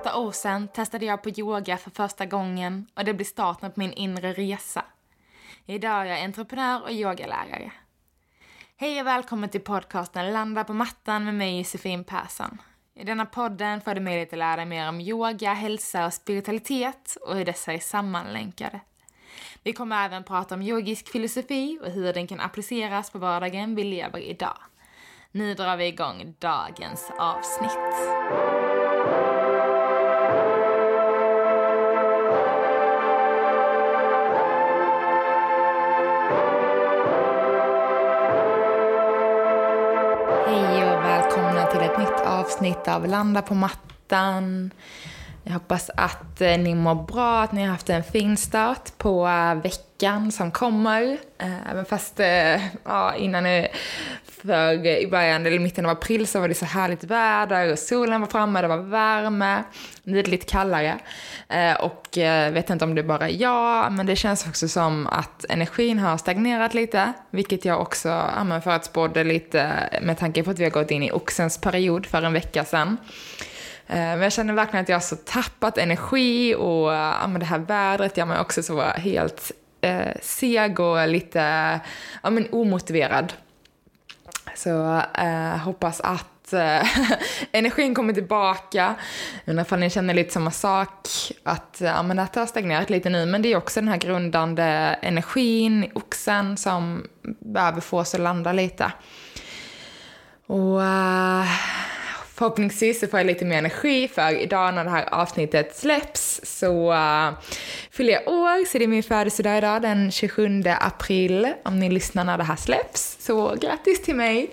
8 år sedan testade jag på yoga för första gången och det blev starten på min inre resa. Idag är jag entreprenör och yogalärare. Hej och välkommen till podcasten Landa på mattan med mig Josefin Persson. I denna podden får du möjlighet att lära dig mer om yoga, hälsa och spiritualitet och hur dessa är sammanlänkade. Vi kommer även prata om yogisk filosofi och hur den kan appliceras på vardagen vi lever idag. Nu drar vi igång dagens avsnitt. Hej och välkomna till ett nytt avsnitt av Landa på mattan. Jag hoppas att ni mår bra, att ni har haft en fin start på veckan som kommer. Även fast innan i början eller mitten av april så var det så härligt väder och solen var framme, det var värme, lite kallare. Och vet inte om det är bara men det känns också som att energin har stagnerat lite, vilket jag också förutspådde lite med tanke på att vi har gått in i oxens period för en vecka sedan. Men jag känner verkligen att jag har så tappat energi och det här vädret gör mig också så helt seg och lite omotiverad. Så hoppas att energin kommer tillbaka. Undrar om ni känner lite samma sak, att det har stagnerat lite nu, men det är också den här grundande energin i oxen som behöver få oss att landa lite. Och förhoppningsvis så får jag lite mer energi, för idag när det här avsnittet släpps så fyller jag år, så det är min födelsedag idag den 27 april om ni lyssnar när det här släpps. Så grattis till mig.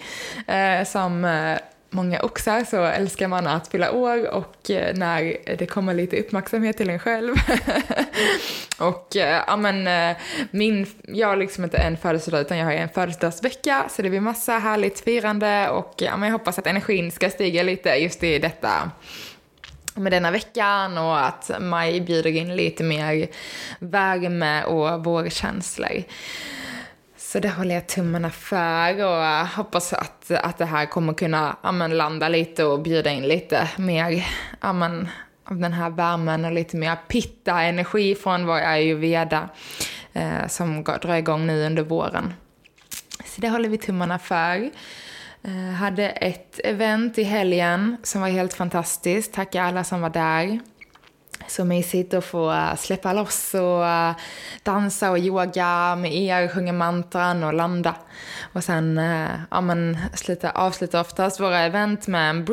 Som många oxar så älskar man att fylla år och när det kommer lite uppmärksamhet till en själv. Och jag har liksom inte en födelsedag utan jag har en födelsedagsvecka, så det blir massa härligt firande och jag hoppas att energin ska stiga lite just i detta med denna veckan och att maj bjuder in lite mer värme och vårkänslor. Så det håller jag tummarna för och hoppas att det här kommer kunna landa lite och bjuda in lite mer av den här värmen och lite mer pitta-energi från vår ayurveda som drar igång nu under våren. Så det håller vi tummarna för. Hade ett event i helgen som var helt fantastiskt. Tackar alla som var där. Så mysigt att få släppa loss och dansa och yoga med er, sjunga mantran och landa. Och sen avsluta oftast våra event med en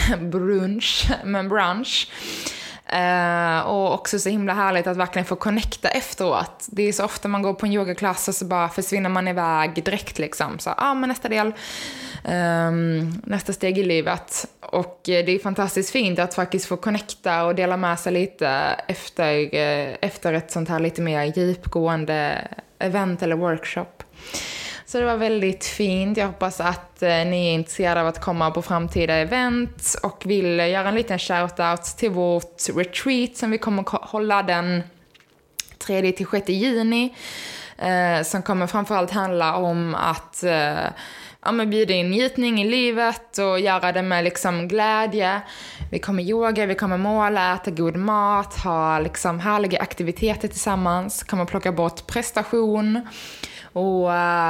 brunch. Och också så himla härligt att verkligen få connecta efteråt. Det är så ofta man går på en yogaklass och så bara försvinner man iväg direkt liksom. Så nästa del, nästa steg i livet. Och det är fantastiskt fint att faktiskt få connecta och dela med sig lite efter ett sånt här lite mer djupgående event eller workshop. Så det var väldigt fint. Jag hoppas att ni är intresserade av att komma på framtida event och vill göra en liten shoutout till vårt retreat som vi kommer hålla den 3-6 juni. Som kommer framförallt handla om att bjuda in njutning i livet och göra det med liksom glädje. Vi kommer yoga, vi kommer måla, äta god mat, ha liksom härliga aktiviteter tillsammans, kommer plocka bort prestation och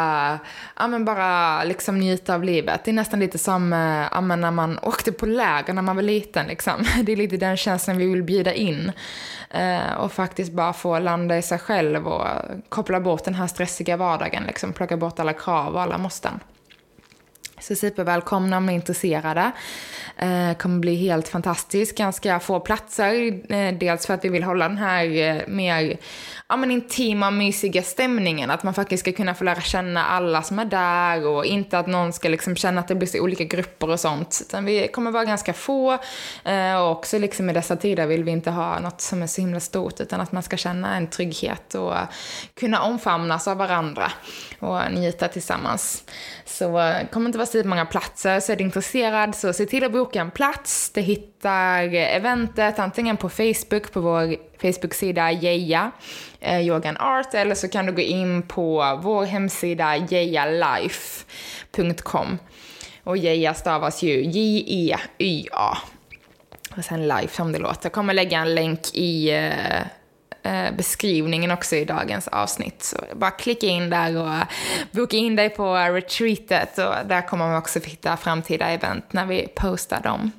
bara liksom njuta av livet. Det är nästan lite som när man åkte på läger när man var liten liksom. Det är lite den känslan vi vill bjuda in och faktiskt bara få landa i sig själv och koppla bort den här stressiga vardagen liksom, plocka bort alla krav och alla måsten. Så supervälkomna om ni är intresserade. Kommer bli helt fantastiskt. Ganska få platser. Dels för att vi vill hålla den här mer intima och mysiga stämningen. Att man faktiskt ska kunna få lära känna alla som är där. Och inte att någon ska liksom känna att det blir så olika grupper och sånt. Utan vi kommer vara ganska få. Och också liksom i dessa tider vill vi inte ha något som är så himla stort. Utan att man ska känna en trygghet och kunna omfamnas av varandra. Och njuta tillsammans. Så kommer inte vara så många platser, så är du intresserad så se till att boka en plats. Du hittar eventet antingen på Facebook, på vår Facebook-sida Jeja Yoga and Art, eller så kan du gå in på vår hemsida jejalife.com. Och Jeja stavas ju J-E-Y-A. Och sen live som det låter. Jag kommer lägga en länk i beskrivningen också i dagens avsnitt. Så bara klicka in där och boka in dig på retreatet. Och där kommer man också hitta framtida event när vi postar dem.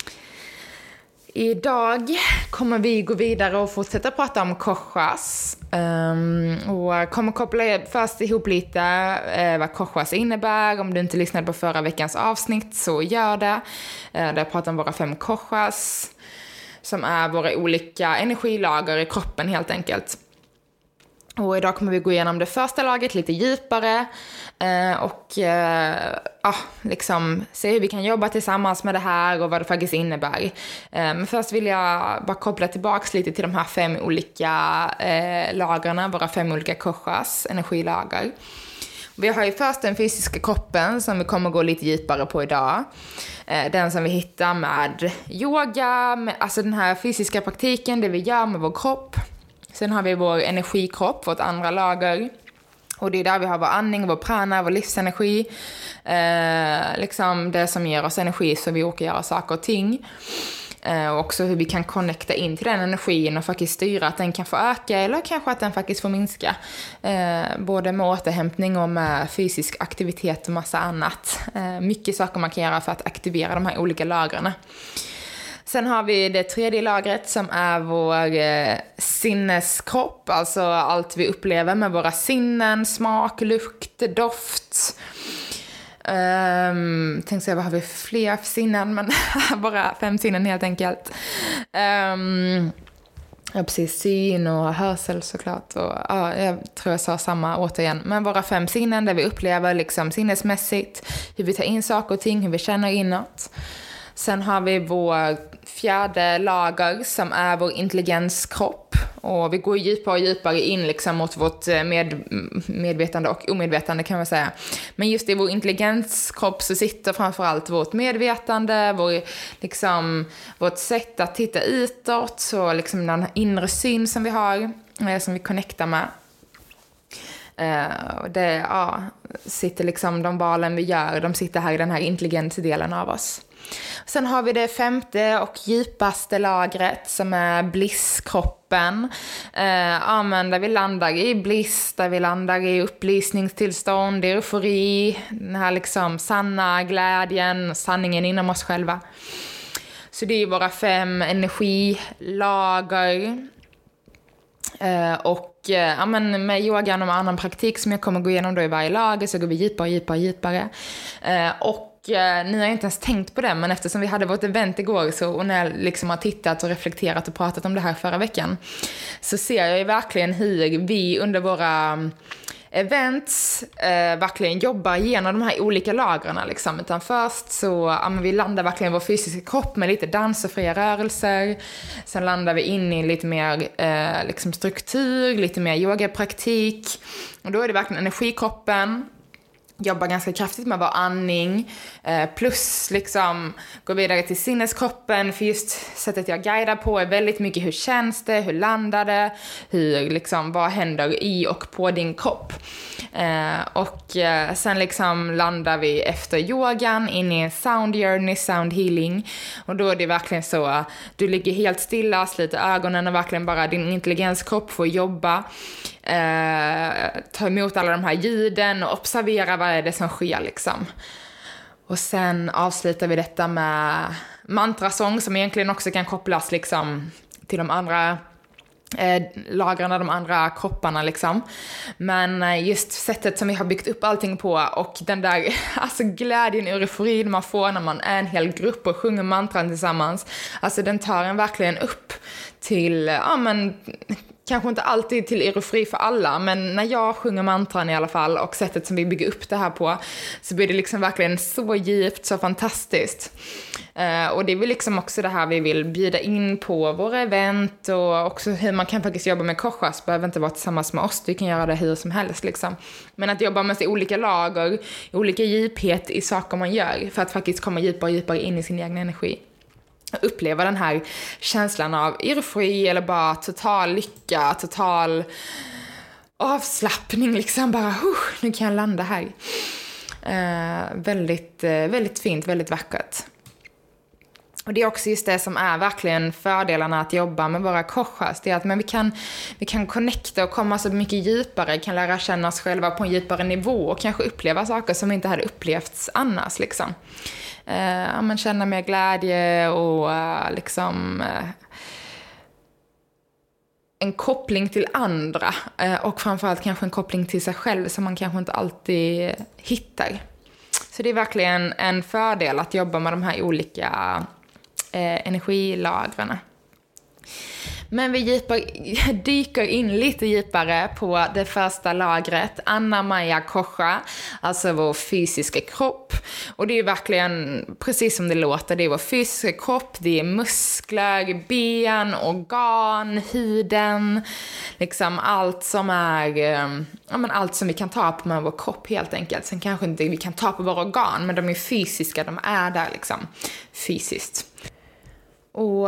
Idag kommer vi gå vidare och fortsätta prata om koshas. Och kommer koppla först ihop lite vad koshas innebär. Om du inte lyssnade på förra veckans avsnitt så gör det. Där jag pratar om våra 5 koshas. Som är våra olika energilager i kroppen helt enkelt. Och idag kommer vi gå igenom det första laget lite djupare. Och liksom se hur vi kan jobba tillsammans med det här och vad det faktiskt innebär. Men först vill jag bara koppla tillbaks lite till de här 5 olika lagarna. Våra 5 olika koshas, energilager. Vi har ju först den fysiska kroppen som vi kommer gå lite djupare på idag. Den som vi hittar med yoga, alltså den här fysiska praktiken, det vi gör med vår kropp. Sen har vi vår energikropp, vårt andra lager. Och det är där vi har vår andning, vår prana, vår livsenergi. Liksom det som ger oss energi så vi orkar göra saker och ting. Och också hur vi kan connecta in till den energin och faktiskt styra att den kan få öka eller kanske att den faktiskt får minska. Både med återhämtning och med fysisk aktivitet och massa annat. Mycket saker man kan göra för att aktivera de här olika lagren. Sen har vi det tredje lagret som är vår sinneskropp. Alltså allt vi upplever med våra sinnen, smak, lukt, doft. Tänk så vad har vi fler sinnen, men bara 5 sinnen helt enkelt. Ja, precis, syn och hörsel såklart. Och, ja, jag tror jag sa samma återigen. Men våra 5 sinnen där vi upplever liksom sinnesmässigt, hur vi tar in saker och ting, hur vi känner inåt. Sen har vi vår fjärde lager som är vår intelligenskropp. Och vi går djupare och djupare in liksom mot vårt medvetande och omedvetande kan man säga. Men just i vår intelligenskropp så sitter framförallt vårt medvetande, vårt sätt att titta utåt, så liksom den inre syn som vi har, som vi connectar med. Det sitter liksom de valen vi gör, de sitter här i den här intelligensdelen av oss. Sen har vi det 5:e och djupaste lagret som är blisskroppen. Där vi landar i bliss, där vi landar i upplysningstillstånd, eufori, den här liksom sanna glädjen, sanningen inom oss själva. Så det är våra 5 energilager. Med yogan och med annan praktik som jag kommer gå igenom då i varje lager så går vi djupare. Ni har inte ens tänkt på det, men eftersom vi hade vårt event igår och när jag liksom har tittat och reflekterat och pratat om det här förra veckan, så ser jag ju verkligen hur vi under våra events verkligen jobbar igenom de här olika lagren liksom. Utan först så vi landar verkligen i vår fysiska kropp med lite dans och fria rörelser. Sen landar vi in i lite mer struktur, lite mer yogapraktik. Och då är det verkligen energikroppen. Jobbar ganska kraftigt med vår andning, plus liksom går vidare till sinneskroppen, för just sättet jag guidar på är väldigt mycket hur känns det, hur landar det, vad händer i och på din kropp. Sen liksom landar vi efter yogan in i sound journey, sound healing, och då är det verkligen så du ligger helt stilla, sliter ögonen och verkligen bara din intelligenskropp får jobba. Ta emot alla de här ljuden och observera vad är det som sker liksom. Och sen avslutar vi detta med mantrasång som egentligen också kan kopplas liksom till de andra lagren av de andra kropparna liksom. Men just sättet som vi har byggt upp allting på och den där glädjen och euforin man får när man är en hel grupp och sjunger mantran tillsammans, alltså den tar en verkligen upp till kanske inte alltid till eufori för alla, men när jag sjunger mantran i alla fall och sättet som vi bygger upp det här på, så blir det liksom verkligen så djupt, så fantastiskt. Och det är väl liksom också det här vi vill bjuda in på våra event, och också hur man kan faktiskt jobba med koshas, behöver inte vara tillsammans med oss, du kan göra det hur som helst liksom. Men att jobba med sig olika lager, olika djuphet i saker man gör för att faktiskt komma djupare och djupare in i sin egen energi. Uppleva den här känslan av eufori eller bara total lycka, total avslappning liksom, bara nu kan jag landa här. Väldigt, väldigt fint, väldigt vackert. Och det är också just det som är verkligen fördelarna att jobba med våra koshas. Det är att vi kan connecta och komma så mycket djupare, kan lära känna oss själva på en djupare nivå och kanske uppleva saker som inte hade upplevts annars liksom. Man känner mer glädje och en koppling till andra och framförallt kanske en koppling till sig själv som man kanske inte alltid hittar. Så det är verkligen en fördel att jobba med de här olika energilagrarna. Men vi dyker in lite djupare på det första lagret, Anna-Maya Kosha, alltså vår fysiska kropp. Och det är verkligen precis som det låter, det är vår fysiska kropp, det är muskler, ben, organ, huden, liksom allt som är, allt som vi kan ta på med vår kropp helt enkelt. Sen kanske inte vi kan ta på våra organ, men de är fysiska, de är där liksom fysiskt. Och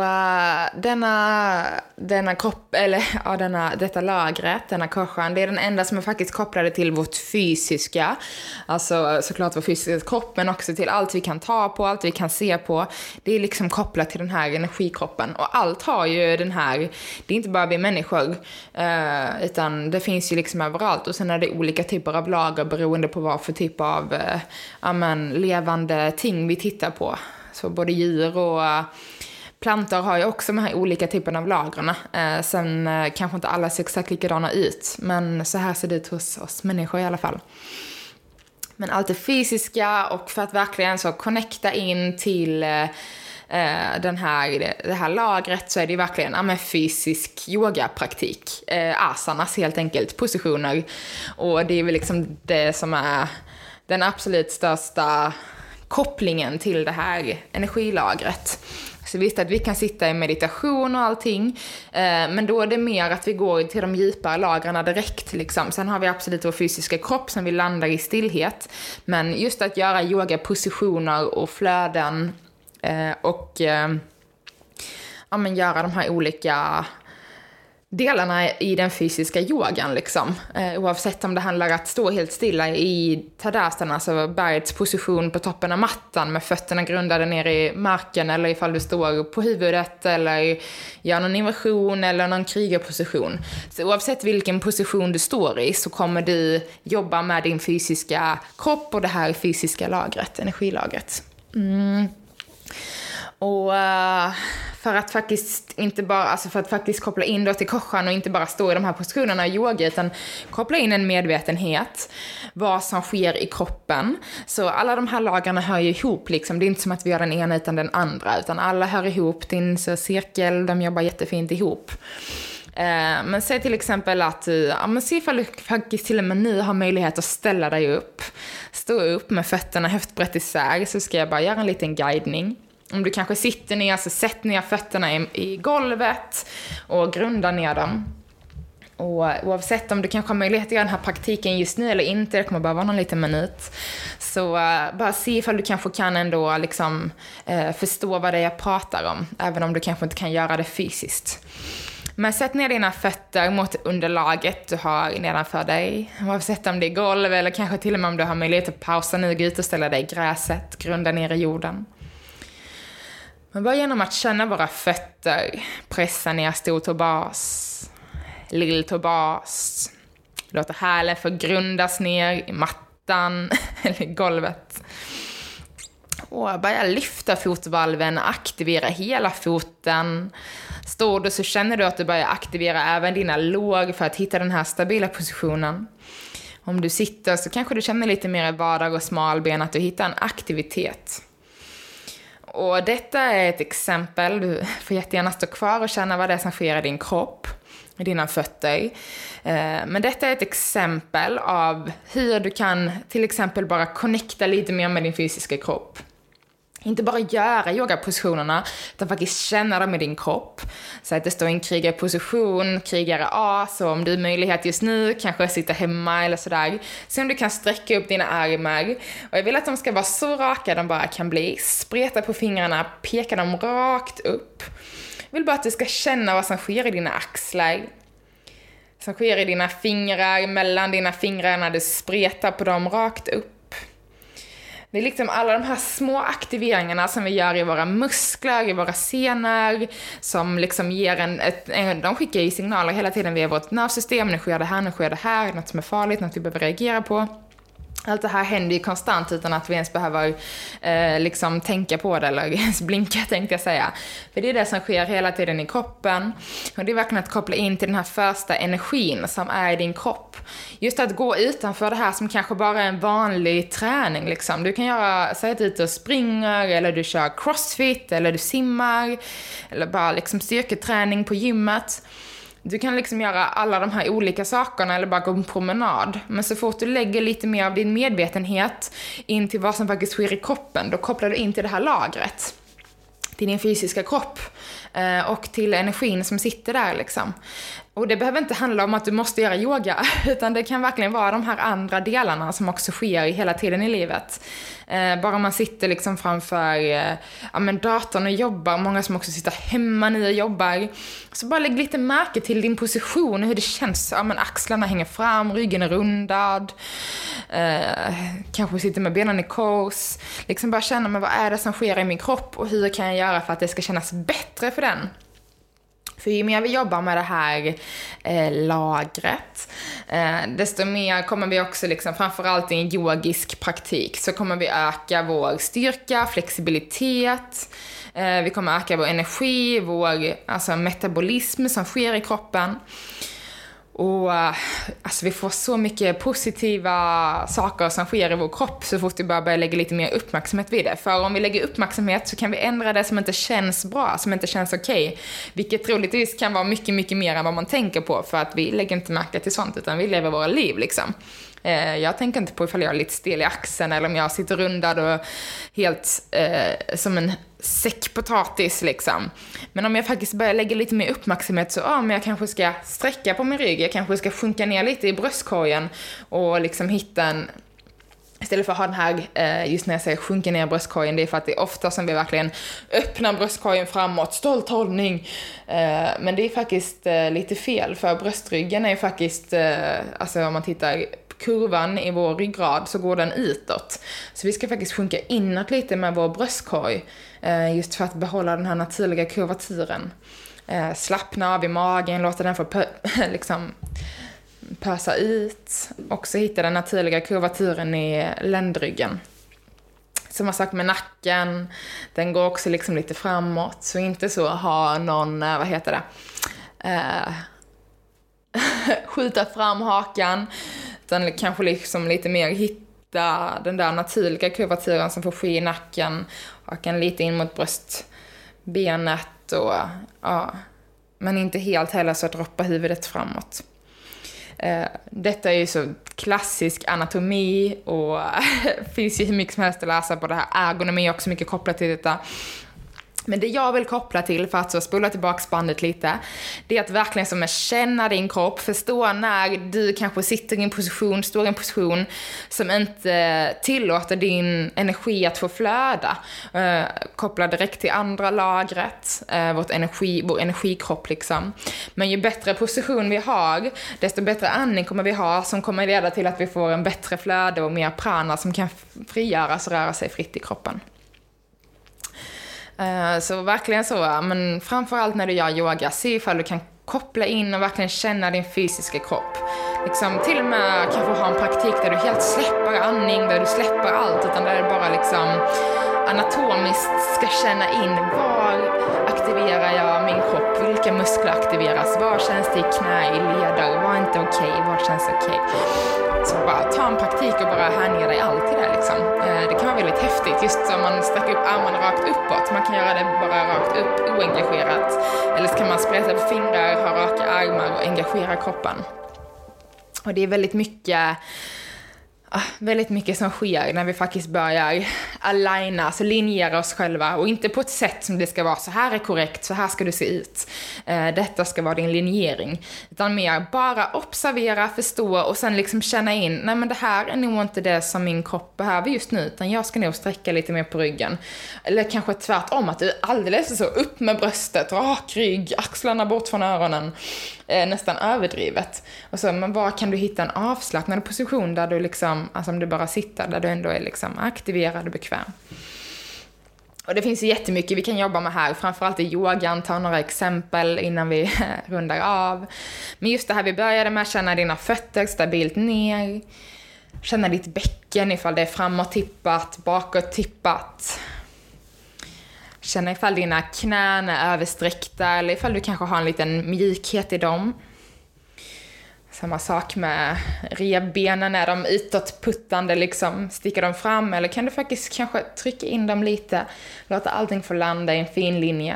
denna kropp, detta lagret, denna koshan, det är den enda som är faktiskt kopplade till vårt fysiska, alltså såklart vår fysiska kropp, men också till allt vi kan ta på, allt vi kan se på. Det är liksom kopplat till den här energikroppen, och allt har ju den här, det är inte bara vi människor, utan det finns ju liksom överallt, och sen är det olika typer av lager beroende på vad för typ av levande ting vi tittar på. Så både djur och plantor har ju också de här olika typerna av lagren. Sen kanske inte alla ser exakt likadana ut, men så här ser det ut hos oss människor i alla fall. Men allt är fysiska, och för att verkligen så connecta in till det här lagret så är det verkligen fysisk yogapraktik. Asanas helt enkelt, positioner. Och det är väl liksom det som är den absolut största kopplingen till det här energilagret. Så visst att vi kan sitta i meditation och allting, men då är det mer att vi går till de djupare lagren direkt liksom. Sen har vi absolut vår fysiska kropp som vi landar i stillhet, men just att göra yogapositioner och flöden och göra de här olika delarna i den fysiska yogan liksom. Oavsett om det handlar om att stå helt stilla i tadasana, alltså bergets position på toppen av mattan med fötterna grundade ner i marken, eller ifall du står på huvudet eller gör någon inversion eller någon krigarposition. Så oavsett vilken position du står i så kommer du jobba med din fysiska kropp och det här fysiska lagret, energilagret. Och för att faktiskt inte bara, alltså för att faktiskt koppla in då till koshan och inte bara stå i de här positionerna i yoga, utan koppla in en medvetenhet vad som sker i kroppen. Så alla de här lagarna hör ju ihop liksom. Det är inte som att vi gör den ena utan den andra, utan alla hör ihop. Det är en så cirkel, de jobbar jättefint ihop. Men säg till exempel att se ifall du faktiskt till och med nu har möjlighet att ställa dig upp. Stå upp med fötterna höftbrett isär, så ska jag bara göra en liten guidning. Om du kanske sitter ner, så sätt ner fötterna i golvet och grunda ner dem. Och oavsett om du kanske har möjlighet att göra den här praktiken just nu eller inte, det kommer bara vara någon liten minut. Så bara se ifall du kanske kan ändå liksom, förstå vad det är jag pratar om, även om du kanske inte kan göra det fysiskt. Men sätt ner dina fötter mot underlaget du har nedanför dig. Oavsett om det är golv eller kanske till och med om du har möjlighet att pausa nu, gå ut och ställa dig i gräset, grunda ner i jorden. Men bara genom att känna våra fötter, pressa ner stortå bas, lilltå bas. Låta hälen få grundas ner i mattan eller i golvet. Och börja lyfta fotvalven, aktivera hela foten. Står du så känner du att du börjar aktivera även dina lår för att hitta den här stabila positionen. Om du sitter så kanske du känner lite mer i vardag och smalben, att du hittar en aktivitet. Och detta är ett exempel, du får jättegärna stå kvar och känna vad det är som sker i din kropp, i dina fötter. Men detta är ett exempel av hur du kan till exempel bara connecta lite mer med din fysiska kropp. Inte bara göra yogapositionerna, utan faktiskt känna dem i din kropp. Så att det står en krigarposition, krigare A, så om du har möjlighet just nu, kanske sitta hemma eller sådär. Så om du kan sträcka upp dina armar. Och jag vill att de ska vara så raka de bara kan bli. Spreta på fingrarna, peka dem rakt upp. Jag vill bara att du ska känna vad som sker i dina axlar. Som sker i dina fingrar, mellan dina fingrar när du spretar på dem rakt upp. Det är liksom alla de här små aktiveringarna som vi gör i våra muskler, i våra senor, som liksom ger de skickar ju signaler hela tiden via vårt nervsystem. Nu sker det här, något som är farligt, något vi behöver reagera på. Allt det här händer ju konstant utan att vi ens behöver liksom tänka på det eller ens blinka, tänkte jag säga. För det är det som sker hela tiden i kroppen. Och det är verkligen att koppla in till den här första energin som är i din kropp. Just att gå utanför det här som kanske bara är en vanlig träning. Liksom. Du kan säga att du är ute och springer, eller du kör crossfit, eller du simmar, eller bara liksom styrketräning på gymmet. Du kan liksom göra alla de här olika sakerna eller bara gå en promenad. Men så fort du lägger lite mer av din medvetenhet in till vad som faktiskt sker i kroppen, då kopplar du in till det här lagret. Till din fysiska kropp och till energin som sitter där liksom. Och det behöver inte handla om att du måste göra yoga, utan det kan verkligen vara de här andra delarna som också sker hela tiden i livet. Bara man sitter liksom framför datorn och jobbar, många som också sitter hemma och jobbar. Så bara lägg lite märke till din position, hur det känns. Axlarna hänger fram, ryggen är rundad. Kanske sitter med benen i kors. Liksom bara känna, vad är det som sker i min kropp och hur kan jag göra för att det ska kännas bättre för den? För ju mer vi jobbar med det här lagret, desto mer kommer vi också, liksom, framförallt i en yogisk praktik, så kommer vi öka vår styrka, flexibilitet, vi kommer öka vår energi, vår metabolism som sker i kroppen. Och vi får så mycket positiva saker som sker i vår kropp så fort vi bara börjar lägga lite mer uppmärksamhet vid det. För om vi lägger uppmärksamhet så kan vi ändra det som inte känns bra, som inte känns okej. Vilket troligtvis kan vara mycket, mycket mer än vad man tänker på, för att vi lägger inte märke till sånt utan vi lever våra liv liksom. Jag tänker inte på ifall jag är lite stel i axeln eller om jag sitter rundad och helt som en säckpotatis liksom. Men om jag faktiskt börjar lägga lite mer uppmärksamhet så men jag kanske ska sträcka på min rygg, jag kanske ska sjunka ner lite i bröstkorgen och liksom hitta en, istället för att ha den här, just när jag säger sjunka ner i bröstkorgen, det är för att det är ofta som vi verkligen öppnar bröstkorgen framåt, stolt hållning. Men det är faktiskt lite fel, för bröstryggen är ju faktiskt, om man tittar kurvan i vår ryggrad så går den utåt. Så vi ska faktiskt sjunka inåt lite med vår bröstkorg, just för att behålla den här naturliga kurvaturen. Slappna av i magen, låta den få pösa ut. Också hitta den naturliga kurvaturen i ländryggen. Som har sagt med nacken, den går också liksom lite framåt. Så inte så ha någon, skjuta fram hakan, utan kanske liksom lite mer hitta den där naturliga kurvaturen som får ske i nacken, hakan lite in mot bröstbenet och men inte helt heller så att droppa huvudet framåt. Detta är ju så klassisk anatomi och finns ju hur mycket som helst att läsa på det här. Ergonomi är också mycket kopplat till detta. Men det jag vill koppla till, för att så spola tillbaka bandet lite, det är att verkligen som att känna din kropp, förstå när du kanske sitter i en position, står i en position som inte tillåter din energi att få flöda. Koppla direkt till andra lagret, vår energikropp liksom. Men ju bättre position vi har, desto bättre andning kommer vi ha, som kommer leda till att vi får en bättre flöde och mer prana som kan frigöras och röra sig fritt i kroppen. Så verkligen så, men framförallt när du gör yoga, se ifall du kan koppla in och verkligen känna din fysiska kropp. Liksom, till och med kanske ha en praktik där du helt släpper andning, där du släpper allt, utan där du bara liksom anatomiskt ska känna in var aktiverar jag min kropp, vilka muskler aktiveras, var känns det i knä, i leder, var inte okej, var känns okej. Så bara ta en praktik och bara hänga dig allt i det liksom. Det kan vara väldigt häftigt, just som man sträcker upp armarna rakt uppåt. Man kan göra det bara rakt upp, oengagerat. Eller så kan man sprätta på fingrar, ha raka armar och engagera kroppen. Och det är väldigt mycket som sker när vi faktiskt börjar aligna, alltså linjera oss själva, och inte på ett sätt som det ska vara så här är korrekt, så här ska du se ut, detta ska vara din linjering, utan mer bara observera, förstå och sen liksom känna in, nej men det här är nog inte det som min kropp behöver just nu, utan jag ska nog sträcka lite mer på ryggen, eller kanske tvärtom att du alldeles så upp med bröstet, rak rygg, axlarna bort från öronen, nästan överdrivet, och så, men var kan du hitta en avslappnad position där du liksom liksom, alltså om du bara sitter där du ändå är liksom aktiverad och bekväm. Och det finns ju jättemycket vi kan jobba med här, framförallt i yogan, ta några exempel innan vi rundar av. Men just det här vi började med, känna dina fötter stabilt ner, känna ditt bäcken ifall det är framåt tippat, bakåt tippat. Känna ifall dina knän är översträckta eller ifall du kanske har en liten mjukhet i dem. Samma sak med revbenen, är de utåtputtande liksom, sticker de fram eller kan du faktiskt kanske trycka in dem lite, låta allting få landa i en fin linje.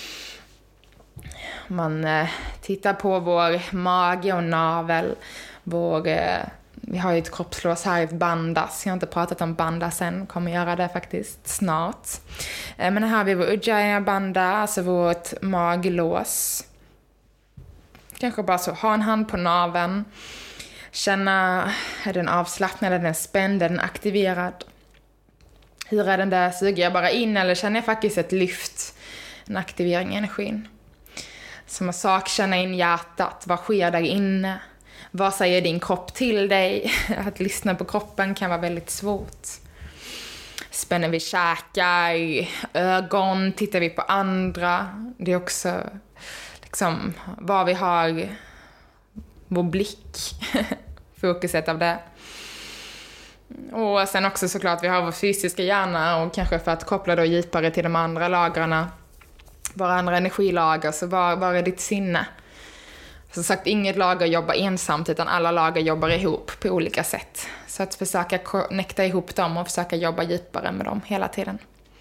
Man tittar på vår mage och navel, vi har ju ett kroppslås här, ett bandas. Jag har inte pratat om bandas än, kommer göra det faktiskt snart. Men här har vi vår Ujjayi Bandha, alltså vårt maglås. Kanske bara så, ha en hand på naveln. Känna, är den avslappnad, är den spänd, är den aktiverad? Hur är den där? Suger jag bara in eller känner jag faktiskt ett lyft? En aktivering i energin. Samma sak, känna in hjärtat. Vad sker där inne? Vad säger din kropp till dig? Att lyssna på kroppen kan vara väldigt svårt. Spänner vi käkar, ögon, tittar vi på andra. Det är också liksom var vi har vår blick, fokuset av det. Och sen också såklart vi har vår fysiska hjärna och kanske för att koppla då djupare till de andra lagrarna, våra andra energilager, så var är ditt sinne? Som sagt, inget lager jobbar ensamt utan alla lager jobbar ihop på olika sätt. Så att försöka connecta ihop dem och försöka jobba djupare med dem hela tiden.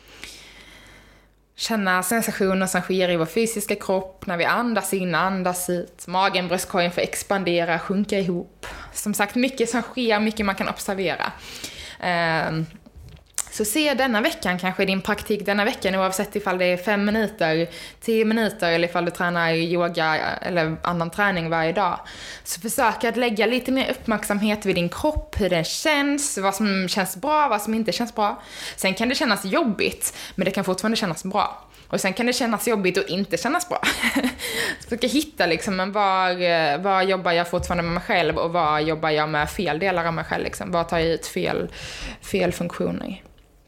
Känna sensationer som sker i vår fysiska kropp när vi andas in och andas ut. Magen, bröstkorgen får expandera, sjunka ihop. Som sagt, mycket som sker, mycket man kan observera. Så se denna veckan, kanske din praktik denna veckan, oavsett ifall det är 5 minuter, 10 minuter eller ifall du tränar yoga eller annan träning varje dag. Så försök att lägga lite mer uppmärksamhet vid din kropp, hur den känns, vad som känns bra, vad som inte känns bra. Sen kan det kännas jobbigt, men det kan fortfarande kännas bra. Och sen kan det kännas jobbigt och inte kännas bra. Försöka hitta liksom, men var jobbar jag fortfarande med mig själv och var jobbar jag med fel delar av mig själv. Liksom. Var tar jag ut fel funktioner.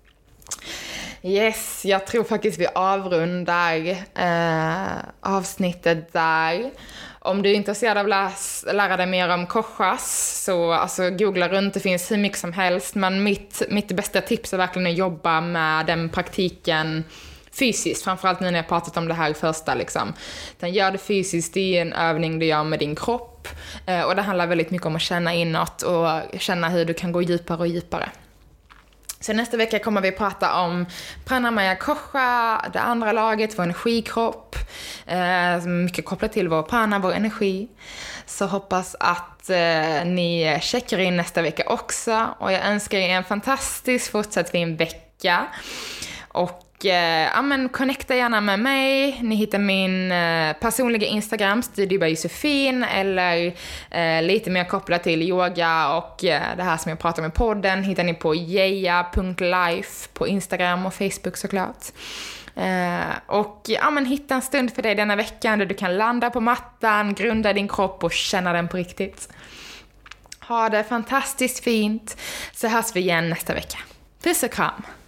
Yes, jag tror faktiskt vi avrundar avsnittet där. Om du är intresserad av lära dig mer om koshas, så alltså, googla runt, det finns hur mycket som helst. Men mitt bästa tips är verkligen att jobba med den praktiken fysiskt, framförallt nu när jag pratat om det här första liksom. Den gör det fysiskt, det är en övning du gör med din kropp. Och det handlar väldigt mycket om att känna inåt och känna hur du kan gå djupare och djupare. Så nästa vecka kommer vi prata om Pranamaya Kosha, det andra laget, vår energikropp. Mycket kopplat till vår prana, vår energi. Så hoppas att ni checkar in nästa vecka också. Och jag önskar er en fantastisk fortsatt fin vecka. Och connecta gärna med mig. Ni hittar min personliga Instagram, Studio by Josefin, eller lite mer kopplat till yoga och det här som jag pratar om i podden hittar ni på jeja.life på Instagram och Facebook såklart. Hitta en stund för dig denna veckan där du kan landa på mattan, grunda din kropp och känna den på riktigt. Ha det fantastiskt fint, så hörs vi igen nästa vecka. Puss och kram!